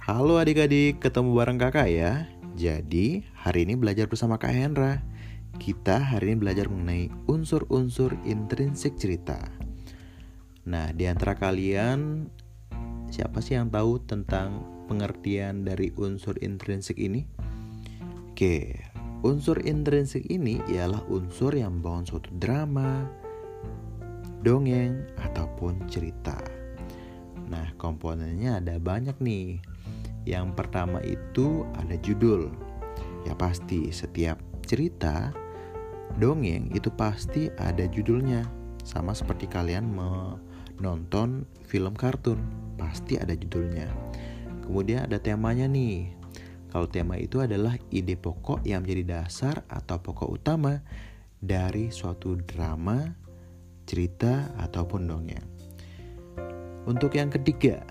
Halo adik-adik, ketemu bareng kakak ya. Jadi, hari ini belajar bersama Kak Hendra. Kita hari ini belajar mengenai unsur-unsur intrinsik cerita. Nah, di antara kalian, siapa sih yang tahu tentang pengertian dari unsur intrinsik ini? Oke, unsur intrinsik ini ialah unsur yang membangun suatu drama, dongeng, ataupun cerita. Nah, komponennya ada banyak nih. Yang pertama itu ada judul. Ya pasti setiap cerita dongeng itu pasti ada judulnya. Sama seperti kalian menonton film kartun, pasti ada judulnya. Kemudian ada temanya nih. Kalau tema itu adalah ide pokok yang menjadi dasar atau pokok utama dari suatu drama, cerita ataupun dongeng. Untuk yang ketiga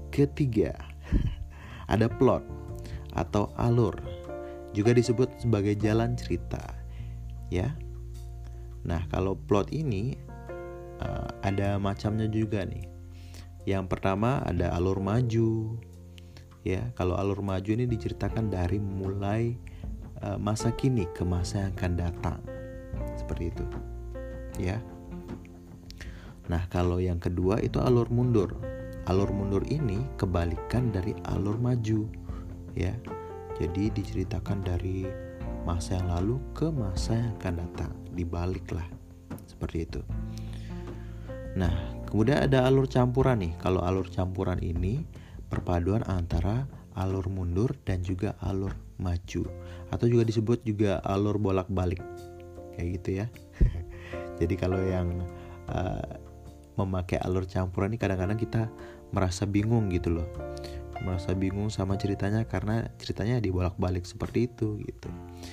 ada plot atau alur, juga disebut sebagai jalan cerita, ya. Nah, kalau plot ini ada macamnya juga nih. Yang pertama ada alur maju, ya. Kalau alur maju ini diceritakan dari mulai masa kini ke masa yang akan datang, seperti itu, ya. Nah, kalau yang kedua itu alur mundur. Alur mundur ini kebalikan dari alur maju, ya. Jadi diceritakan dari masa yang lalu ke masa yang akan datang, dibalik lah, seperti itu. Nah, kemudian ada alur campuran nih. Kalau alur campuran ini perpaduan antara alur mundur dan juga alur maju, atau juga disebut juga alur bolak-balik, kayak gitu ya. Jadi kalau yang memakai alur campuran ini kadang-kadang kita merasa bingung gitu loh, merasa bingung sama ceritanya karena ceritanya dibolak-balik seperti itu gitu.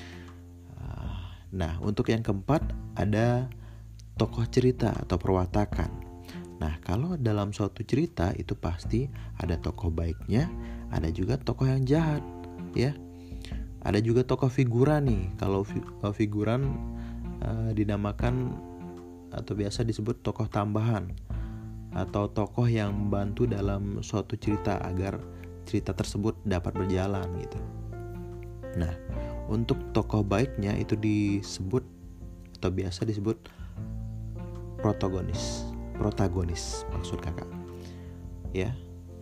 Nah, untuk yang keempat ada tokoh cerita atau perwatakan. Nah, kalau dalam suatu cerita itu pasti ada tokoh baiknya, ada juga tokoh yang jahat, ya. Ada juga tokoh figuran nih. Kalau figuran dinamakan atau biasa disebut tokoh tambahan, atau tokoh yang membantu dalam suatu cerita agar cerita tersebut dapat berjalan gitu. Nah, untuk tokoh baiknya itu disebut atau biasa disebut protagonis maksud kakak, ya,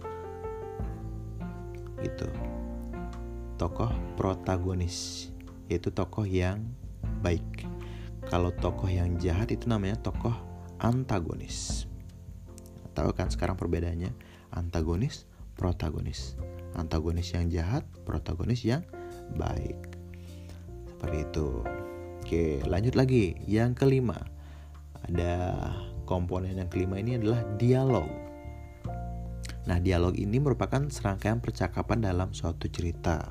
gitu. Tokoh protagonis yaitu tokoh yang baik. Kalau tokoh yang jahat itu namanya tokoh antagonis. Tahu kan sekarang perbedaannya antagonis, protagonis. Antagonis yang jahat, protagonis yang baik. Seperti itu. Oke, lanjut lagi. Yang kelima, ada komponen yang kelima ini adalah dialog. Nah, dialog ini merupakan serangkaian percakapan dalam suatu cerita.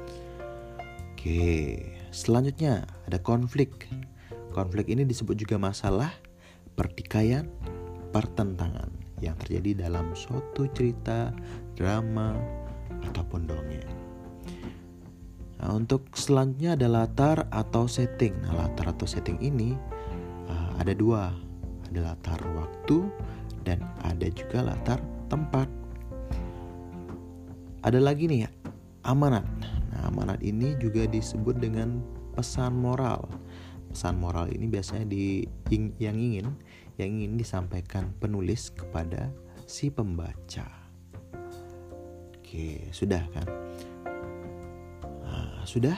Oke, selanjutnya ada konflik. Konflik ini disebut juga masalah, pertikaian, pertentangan yang terjadi dalam suatu cerita, drama, ataupun dongeng. Nah, untuk selanjutnya ada latar atau setting. Nah, latar atau setting ini ada dua. Ada latar waktu dan ada juga latar tempat. Ada lagi nih, amanat. Nah, amanat ini juga disebut dengan pesan moral. Pesan moral ini biasanya yang ingin disampaikan penulis kepada si pembaca. Oke, sudah kan? Sudah?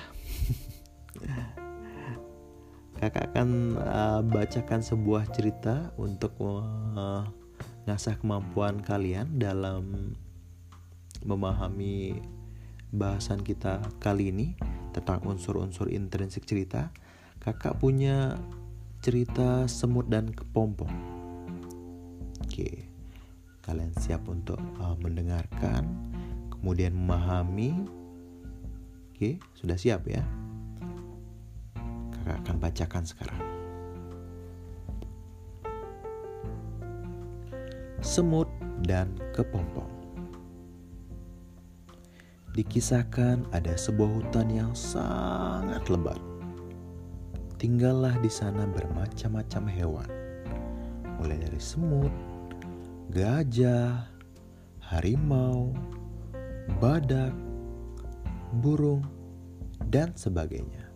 Kakak akan bacakan sebuah cerita untuk mengasah kemampuan kalian dalam memahami bahasan kita kali ini tentang unsur-unsur intrinsik cerita. Kakak punya cerita semut dan kepompong. Oke, kalian siap untuk mendengarkan, kemudian memahami. Oke, sudah siap ya? Kakak akan bacakan sekarang. Semut dan kepompong. Dikisahkan ada sebuah hutan yang sangat lebat. Tinggallah di sana bermacam-macam hewan, mulai dari semut, gajah, harimau, badak, burung, dan sebagainya.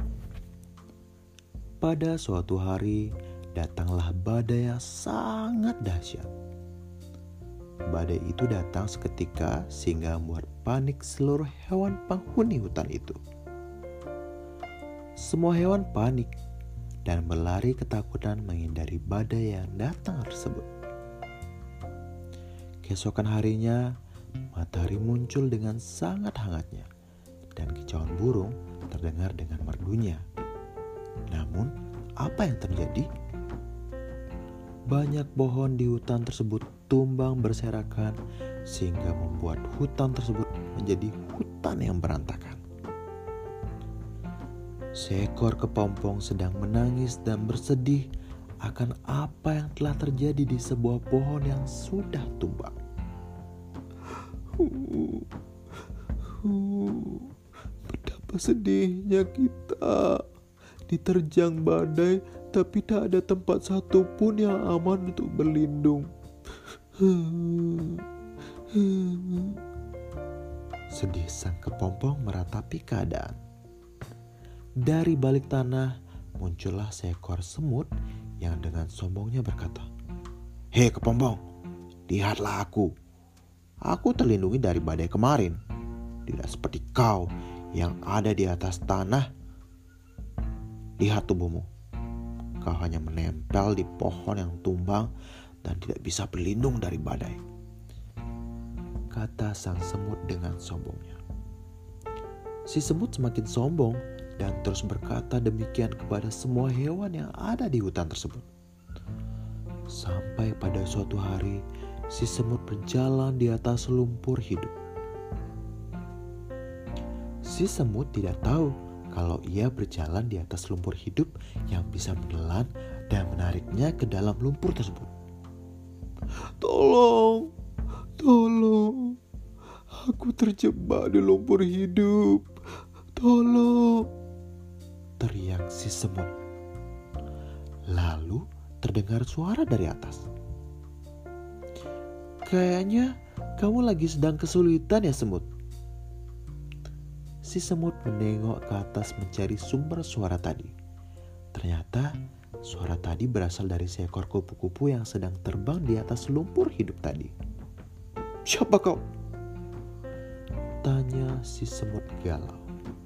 Pada suatu hari, datanglah badai yang sangat dahsyat. Badai itu datang seketika sehingga membuat panik seluruh hewan penghuni hutan itu. Semua hewan panik dan berlari ketakutan menghindari badai yang datang tersebut. Keesokan harinya, matahari muncul dengan sangat hangatnya dan kicauan burung terdengar dengan merdunya. Namun, apa yang terjadi? Banyak pohon di hutan tersebut tumbang berserakan sehingga membuat hutan tersebut menjadi hutan yang berantakan. Seekor kepompong sedang menangis dan bersedih akan apa yang telah terjadi di sebuah pohon yang sudah tumbang. Betapa sedihnya kita, diterjang badai tapi tak ada tempat satupun yang aman untuk berlindung. Sedih sang kepompong meratapi keadaan. Dari balik tanah muncullah seekor semut yang dengan sombongnya berkata, "Hei kepompong, lihatlah aku. Aku terlindungi dari badai kemarin. Tidak seperti kau yang ada di atas tanah. Lihat tubuhmu. Kau hanya menempel di pohon yang tumbang dan tidak bisa berlindung dari badai," kata sang semut dengan sombongnya. Si semut semakin sombong dan terus berkata demikian kepada semua hewan yang ada di hutan tersebut. Sampai pada suatu hari, si semut berjalan di atas lumpur hidup. Si semut tidak tahu kalau ia berjalan di atas lumpur hidup yang bisa menelan dan menariknya ke dalam lumpur tersebut. Tolong, aku terjebak di lumpur hidup. Tolong, teriak si semut. Lalu terdengar suara dari atas. Kayaknya kamu lagi sedang kesulitan ya semut. Si semut menengok ke atas mencari sumber suara tadi. Ternyata suara tadi berasal dari seekor kupu-kupu yang sedang terbang di atas lumpur hidup tadi. "Siapa kau?" tanya si semut galau.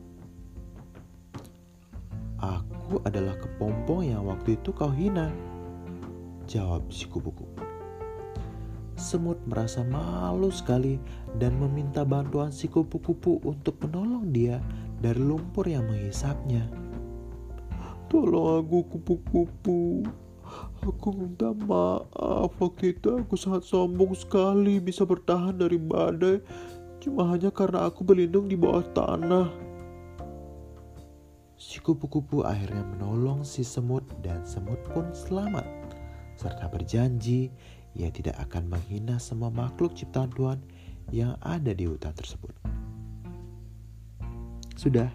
"Aku adalah kepompong yang waktu itu kau hina," jawab si kupu-kupu. Semut merasa malu sekali dan meminta bantuan si kupu-kupu untuk menolong dia dari lumpur yang menghisapnya. "Tolong aku kupu-kupu. Aku minta maaf, waktu itu aku sangat sombong sekali bisa bertahan dari badai cuma hanya karena aku berlindung di bawah tanah." Si kupu-kupu akhirnya menolong si semut dan semut pun selamat serta berjanji ia tidak akan menghina semua makhluk ciptaan Tuhan yang ada di hutan tersebut. Sudah.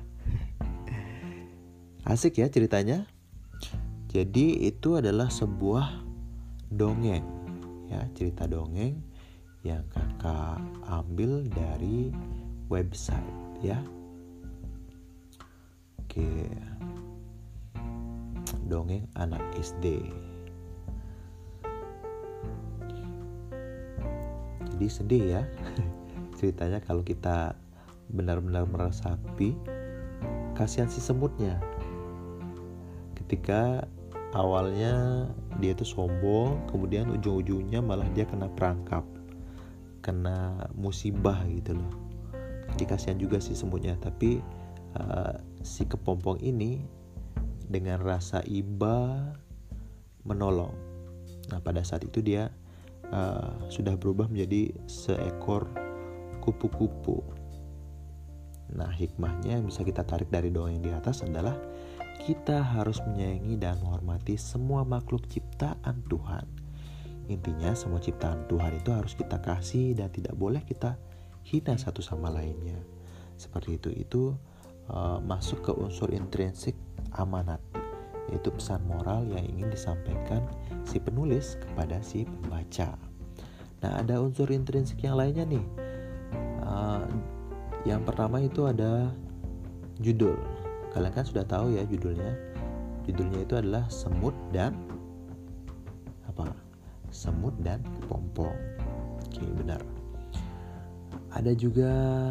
Asik ya ceritanya. Jadi itu adalah sebuah dongeng, ya, cerita dongeng yang kakak ambil dari website, ya. Oke. Dongeng anak SD. Jadi sedih ya ceritanya kalau kita benar-benar meresapi kasihan si semutnya. Ketika awalnya dia tuh sombong, kemudian ujung-ujungnya malah dia kena perangkap, kena musibah gitu loh. Jadi kasihan juga si semutnya. Tapi si kepompong ini dengan rasa iba menolong. Nah pada saat itu dia sudah berubah menjadi seekor kupu-kupu. Nah hikmahnya yang bisa kita tarik dari dongeng di atas adalah kita harus menyayangi dan menghormati semua makhluk ciptaan Tuhan. Intinya semua ciptaan Tuhan itu harus kita kasih dan tidak boleh kita hina satu sama lainnya. Seperti itu masuk ke unsur intrinsik amanat, yaitu pesan moral yang ingin disampaikan si penulis kepada si pembaca. Nah ada unsur intrinsik yang lainnya nih. Yang pertama itu ada judul. Kalian kan sudah tahu ya judulnya. Judulnya itu adalah semut dan apa? Semut dan kepompong. Oke, benar. Ada juga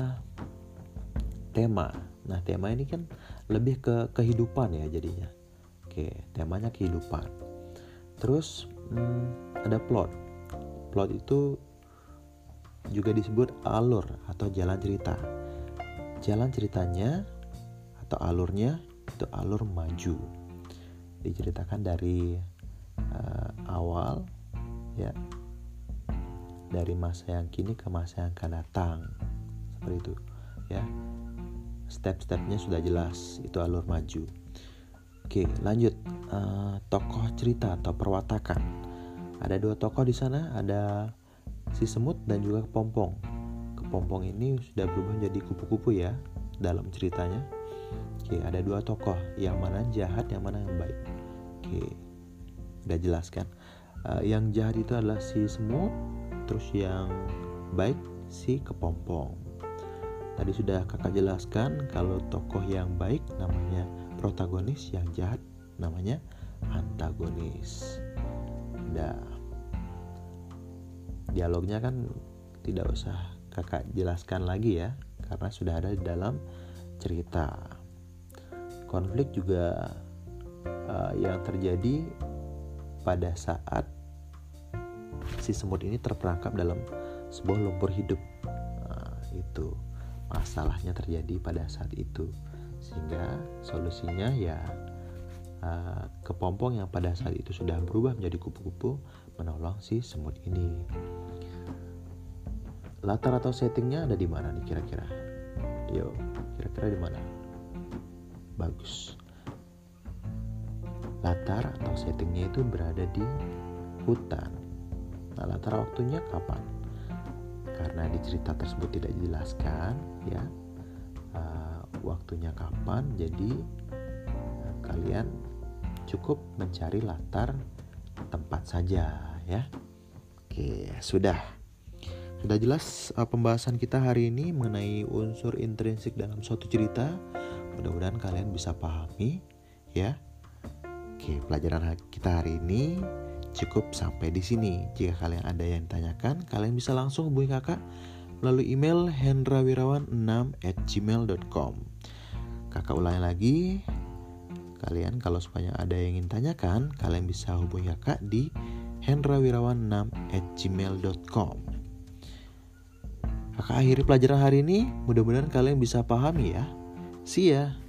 tema. Nah, tema ini kan lebih ke kehidupan ya jadinya. Oke, temanya kehidupan. Terus ada plot. Plot itu juga disebut alur atau jalan cerita. Jalan ceritanya atau alurnya itu alur maju. Diceritakan dari awal ya, dari masa yang kini ke masa yang akan datang, seperti itu ya. Step-stepnya sudah jelas, itu alur maju. Oke, lanjut. Tokoh cerita atau perwatakan. Ada 2 tokoh di sana, ada si semut dan juga kepompong. Kepompong ini sudah berubah menjadi kupu-kupu ya dalam ceritanya. Oke, ada 2 tokoh, yang mana jahat, yang mana yang baik. Oke, udah jelas kan. Yang jahat itu adalah si semut, terus yang baik si kepompong. Tadi sudah kakak jelaskan kalau tokoh yang baik namanya protagonis, yang jahat namanya antagonis. Udah. Dialognya kan tidak usah kakak jelaskan lagi ya, karena sudah ada di dalam cerita. Konflik juga yang terjadi pada saat si semut ini terperangkap dalam sebuah lumpur hidup. Itu masalahnya terjadi pada saat itu, sehingga solusinya ya kepompong yang pada saat itu sudah berubah menjadi kupu-kupu menolong si semut ini. Latar atau settingnya ada di mana nih kira-kira? Yo, kira-kira di mana? Bagus. Latar atau settingnya itu berada di hutan. Nah, latar waktunya kapan? Karena di cerita tersebut tidak dijelaskan ya waktunya kapan, jadi kalian cukup mencari latar tempat saja ya. Oke, sudah jelas pembahasan kita hari ini mengenai unsur intrinsik dalam suatu cerita. Mudah-mudahan kalian bisa pahami ya. Oke, pelajaran kita hari ini cukup sampai di sini. Jika kalian ada yang ditanyakan, kalian bisa langsung hubungi kakak melalui email hendrawirawan6@gmail.com. Kakak ulangi lagi. Kalian kalau supaya ada yang ingin tanyakan, kalian bisa hubungi kakak di hendrawirawan6@gmail.com. Kakak akhiri pelajaran hari ini. Mudah-mudahan kalian bisa pahami ya. See ya.